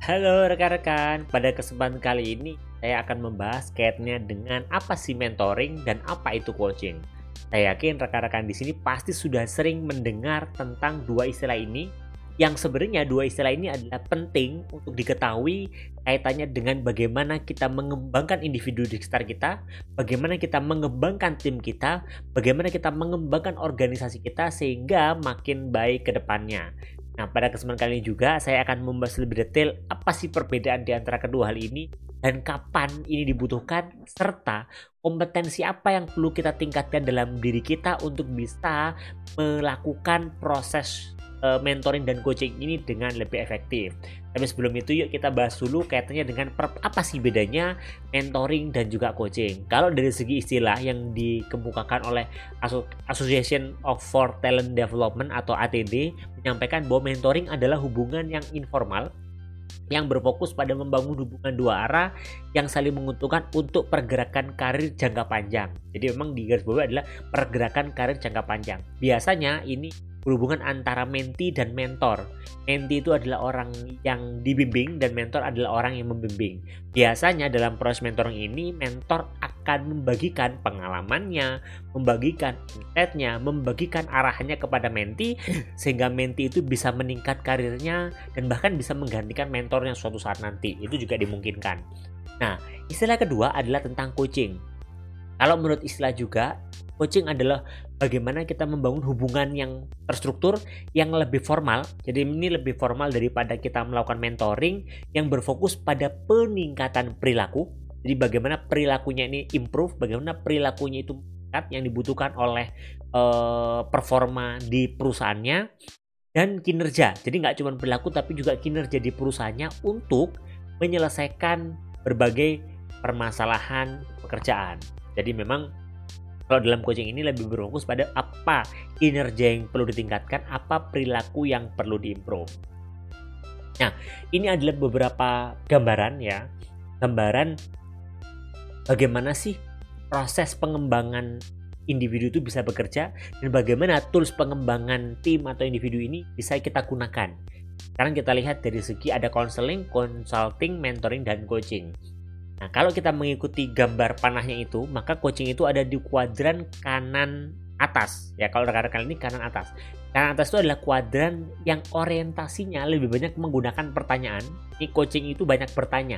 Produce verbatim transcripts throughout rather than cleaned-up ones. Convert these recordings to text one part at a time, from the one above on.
Halo rekan-rekan, pada kesempatan kali ini saya akan membahas kaitnya dengan apa sih mentoring dan apa itu coaching. Saya yakin rekan-rekan di sini pasti sudah sering mendengar tentang dua istilah ini, yang sebenarnya dua istilah ini adalah penting untuk diketahui kaitannya dengan bagaimana kita mengembangkan individu di sekitar kita, bagaimana kita mengembangkan tim kita, bagaimana kita mengembangkan organisasi kita sehingga makin baik ke depannya. Nah, pada kesempatan kali ini juga saya akan membahas lebih detail apa sih perbedaan di antara kedua hal ini dan kapan ini dibutuhkan, serta kompetensi apa yang perlu kita tingkatkan dalam diri kita untuk bisa melakukan proses uh, mentoring dan coaching ini dengan lebih efektif. Tapi sebelum itu yuk kita bahas dulu kaitannya dengan per, apa sih bedanya mentoring dan juga coaching. Kalau dari segi istilah yang dikemukakan oleh Association of for Talent Development atau A T D menyampaikan bahwa mentoring adalah hubungan yang informal yang berfokus pada membangun hubungan dua arah yang saling menguntungkan untuk pergerakan karir jangka panjang. Jadi memang di garis bawah adalah pergerakan karir jangka panjang. Biasanya ini berhubungan antara mentee dan mentor. Mentee itu adalah orang yang dibimbing dan mentor adalah orang yang membimbing. Biasanya dalam proses mentoring ini, mentor akan membagikan pengalamannya, membagikan insight-nya, membagikan arahannya kepada mentee sehingga mentee itu bisa meningkat karirnya dan bahkan bisa menggantikan mentornya suatu saat nanti. Itu juga dimungkinkan. Nah, istilah kedua adalah tentang coaching. Kalau menurut istilah juga, coaching adalah bagaimana kita membangun hubungan yang terstruktur, yang lebih formal. Jadi ini lebih formal daripada kita melakukan mentoring yang berfokus pada peningkatan perilaku. Jadi bagaimana perilakunya ini improve, bagaimana perilakunya itu meningkat yang dibutuhkan oleh uh, performa di perusahaannya dan kinerja. Jadi nggak cuma perilaku tapi juga kinerja di perusahaannya untuk menyelesaikan berbagai permasalahan pekerjaan. Jadi memang kalau dalam coaching ini lebih berfokus pada apa kinerja yang perlu ditingkatkan, apa perilaku yang perlu diimprove. Nah, ini adalah beberapa gambaran ya. Gambaran bagaimana sih proses pengembangan individu itu bisa bekerja dan bagaimana tools pengembangan tim atau individu ini bisa kita gunakan. Sekarang kita lihat dari segi ada counseling, consulting, mentoring, dan coaching. Nah, kalau kita mengikuti gambar panahnya itu, maka coaching itu ada di kuadran kanan atas. Ya, kalau rekan-rekan ini kanan atas. Kanan atas itu adalah kuadran yang orientasinya lebih banyak menggunakan pertanyaan. Ini coaching itu banyak bertanya.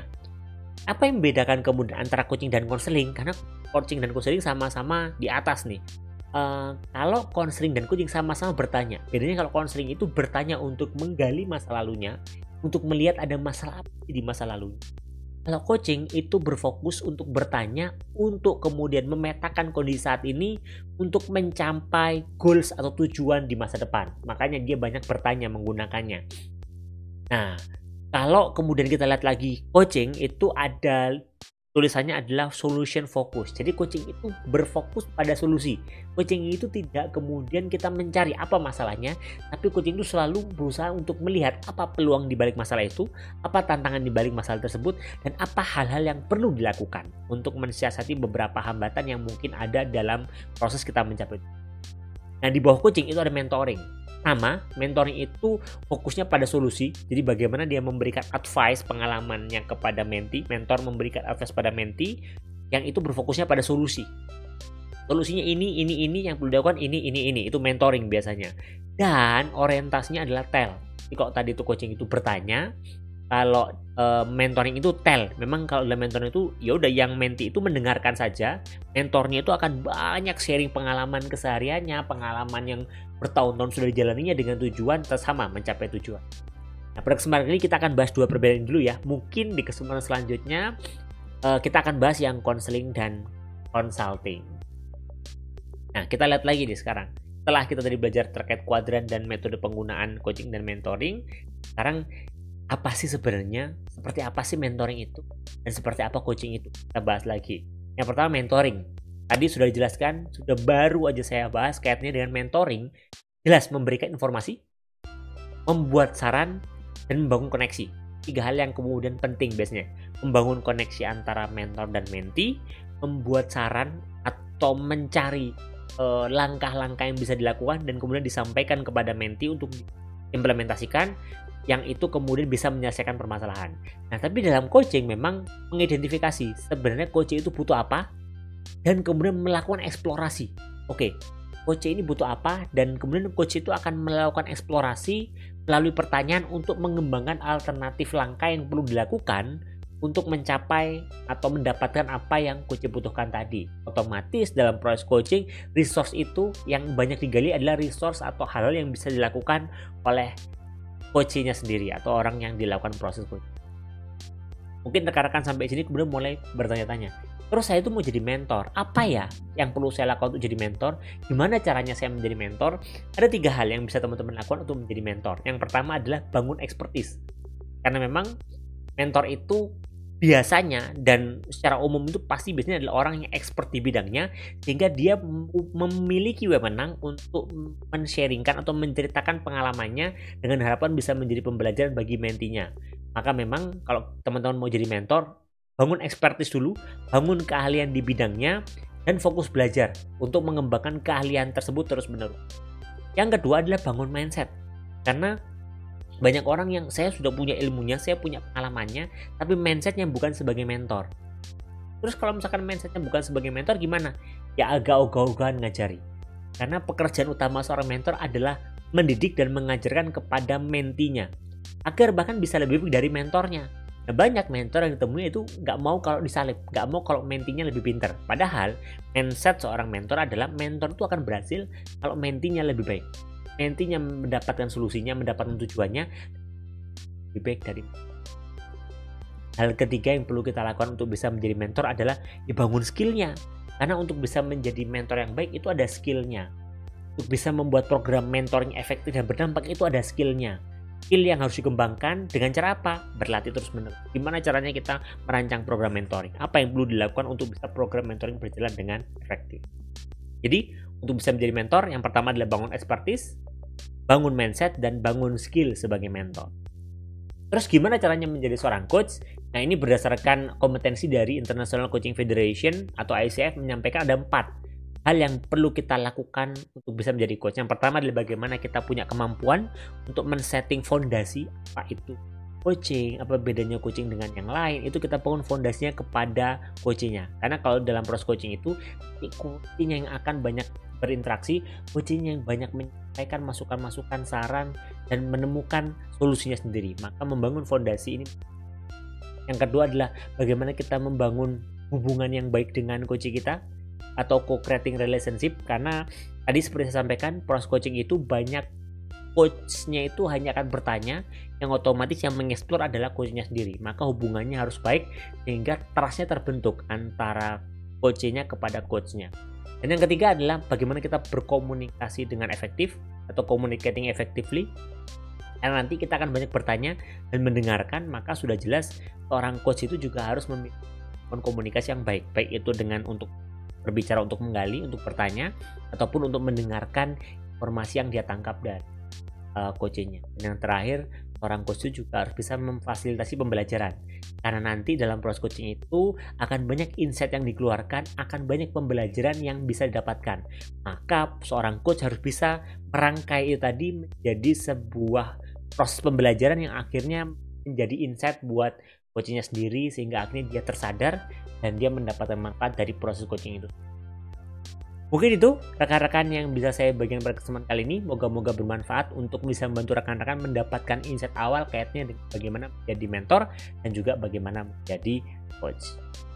Apa yang membedakan kemudian antara coaching dan konseling? Karena coaching dan konseling sama-sama di atas nih. Uh, kalau konseling dan coaching sama-sama bertanya. Bedanya kalau konseling itu bertanya untuk menggali masa lalunya, untuk melihat ada masalah apa di masa lalunya. Kalau coaching itu berfokus untuk bertanya, untuk kemudian memetakan kondisi saat ini untuk mencapai goals atau tujuan di masa depan. Makanya dia banyak bertanya menggunakannya. Nah, kalau kemudian kita lihat lagi coaching itu ada tulisannya adalah solution focus. Jadi coaching itu berfokus pada solusi. Coaching itu tidak kemudian kita mencari apa masalahnya, tapi coaching itu selalu berusaha untuk melihat apa peluang di balik masalah itu, apa tantangan di balik masalah tersebut, dan apa hal-hal yang perlu dilakukan untuk mensiasati beberapa hambatan yang mungkin ada dalam proses kita mencapai. Nah, di bawah coaching itu ada mentoring. Sama, mentoring itu fokusnya pada solusi. Jadi bagaimana dia memberikan advice pengalamannya kepada mentee, mentor memberikan advice pada mentee yang itu berfokusnya pada solusi. Solusinya ini, ini, ini, yang perlu dilakukan ini, ini, ini. Itu mentoring biasanya. Dan orientasinya adalah tell. Jadi kalau tadi itu coaching itu bertanya, kalau uh, mentoring itu tell. Memang kalau dalam mentoring itu ya udah yang mentee itu mendengarkan saja. Mentornya itu akan banyak sharing pengalaman kesehariannya, pengalaman yang bertahun-tahun sudah dijalaninya dengan tujuan sama mencapai tujuan. Nah, pada kesempatan ini kita akan bahas dua perbedaan dulu ya. Mungkin di kesempatan selanjutnya uh, kita akan bahas yang counseling dan consulting. Nah, kita lihat lagi nih sekarang. Setelah kita tadi belajar terkait kuadran dan metode penggunaan coaching dan mentoring, sekarang apa sih sebenarnya, seperti apa sih mentoring itu, dan seperti apa coaching itu? Kita bahas lagi. Yang pertama mentoring. Tadi sudah dijelaskan, sudah baru aja saya bahas kaitannya dengan mentoring. Jelas memberikan informasi, membuat saran, dan membangun koneksi. Tiga hal yang kemudian penting biasanya. Membangun koneksi antara mentor dan mentee, membuat saran atau mencari eh, langkah-langkah yang bisa dilakukan dan kemudian disampaikan kepada mentee untuk implementasikan, yang itu kemudian bisa menyelesaikan permasalahan. Nah, tapi dalam coaching memang mengidentifikasi sebenarnya coaching itu butuh apa dan kemudian melakukan eksplorasi. Oke, coaching ini butuh apa dan kemudian coach itu akan melakukan eksplorasi melalui pertanyaan untuk mengembangkan alternatif langkah yang perlu dilakukan untuk mencapai atau mendapatkan apa yang coach butuhkan tadi. Otomatis dalam proses coaching, resource itu yang banyak digali adalah resource atau hal-hal yang bisa dilakukan oleh coachnya sendiri atau orang yang dilakukan proses coaching. Mungkin rekan-rekan sampai sini kemudian mulai bertanya-tanya, terus saya itu mau jadi mentor, apa ya yang perlu saya lakukan untuk jadi mentor? Gimana caranya saya menjadi mentor? Ada tiga hal yang bisa teman-teman lakukan untuk menjadi mentor. Yang pertama adalah bangun expertise. Karena memang mentor itu biasanya dan secara umum itu pasti biasanya adalah orang yang expert di bidangnya, sehingga dia memiliki wewenang untuk men-sharingkan atau menceritakan pengalamannya dengan harapan bisa menjadi pembelajaran bagi mentinya. Maka memang kalau teman-teman mau jadi mentor, bangun expertise dulu, bangun keahlian di bidangnya, dan fokus belajar untuk mengembangkan keahlian tersebut terus-menerus. Yang kedua adalah bangun mindset. Karena banyak orang yang saya sudah punya ilmunya, saya punya pengalamannya, tapi mindsetnya bukan sebagai mentor. Terus kalau misalkan mindsetnya bukan sebagai mentor gimana? Ya agak ogah-ogahan ngajari. Karena pekerjaan utama seorang mentor adalah mendidik dan mengajarkan kepada mentinya, agar bahkan bisa lebih baik dari mentornya. Nah, banyak mentor yang ditemui itu nggak mau kalau disalib, nggak mau kalau mentinya lebih pintar. Padahal mindset seorang mentor adalah mentor itu akan berhasil kalau mentinya lebih baik. Mentinya mendapatkan solusinya, mendapatkan tujuannya lebih baik dari. Hal ketiga yang perlu kita lakukan untuk bisa menjadi mentor adalah dibangun skillnya. Karena untuk bisa menjadi mentor yang baik itu ada skillnya. Untuk bisa membuat program mentoring efektif dan berdampak itu ada skillnya. Skill yang harus dikembangkan dengan cara apa? Berlatih terus menerus. Gimana caranya kita merancang program mentoring? Apa yang perlu dilakukan untuk bisa program mentoring berjalan dengan efektif? Jadi untuk bisa menjadi mentor, yang pertama adalah bangun expertise, bangun mindset, dan bangun skill sebagai mentor. Terus gimana caranya menjadi seorang coach? Nah, ini berdasarkan kompetensi dari International Coaching Federation atau I C F menyampaikan ada empat hal yang perlu kita lakukan untuk bisa menjadi coach. Yang pertama adalah bagaimana kita punya kemampuan untuk men-setting fondasi apa itu coaching, apa bedanya coaching dengan yang lain. Itu kita bangun fondasinya kepada coachingnya. Karena kalau dalam proses coaching itu coaching yang akan banyak berinteraksi, coaching yang banyak menyampaikan masukan-masukan, saran, dan menemukan solusinya sendiri. Maka membangun fondasi ini. Yang kedua adalah bagaimana kita membangun hubungan yang baik dengan coach kita atau co-creating relationship. Karena tadi seperti saya sampaikan, proses coaching itu banyak coachnya itu hanya akan bertanya, yang otomatis yang mengeksplor adalah coachnya sendiri. Maka hubungannya harus baik sehingga trustnya terbentuk antara coachnya kepada coachnya. Dan yang ketiga adalah bagaimana kita berkomunikasi dengan efektif atau communicating effectively. Karena nanti kita akan banyak bertanya dan mendengarkan, maka sudah jelas seorang coach itu juga harus memiliki komunikasi yang baik, baik itu dengan untuk berbicara, untuk menggali, untuk bertanya, ataupun untuk mendengarkan informasi yang dia tangkap dari uh, coachnya. Dan yang terakhir, seorang coach itu juga harus bisa memfasilitasi pembelajaran. Karena nanti dalam proses coaching itu akan banyak insight yang dikeluarkan, akan banyak pembelajaran yang bisa didapatkan. Maka seorang coach harus bisa merangkai itu tadi menjadi sebuah proses pembelajaran yang akhirnya menjadi insight buat coachnya sendiri, sehingga akhirnya dia tersadar dan dia mendapatkan manfaat dari proses coaching itu. Mungkin itu rekan-rekan yang bisa saya bagikan pada kesempatan kali ini. Moga-moga bermanfaat untuk bisa membantu rekan-rekan mendapatkan insight awal kaitannya dengan bagaimana menjadi mentor dan juga bagaimana menjadi coach.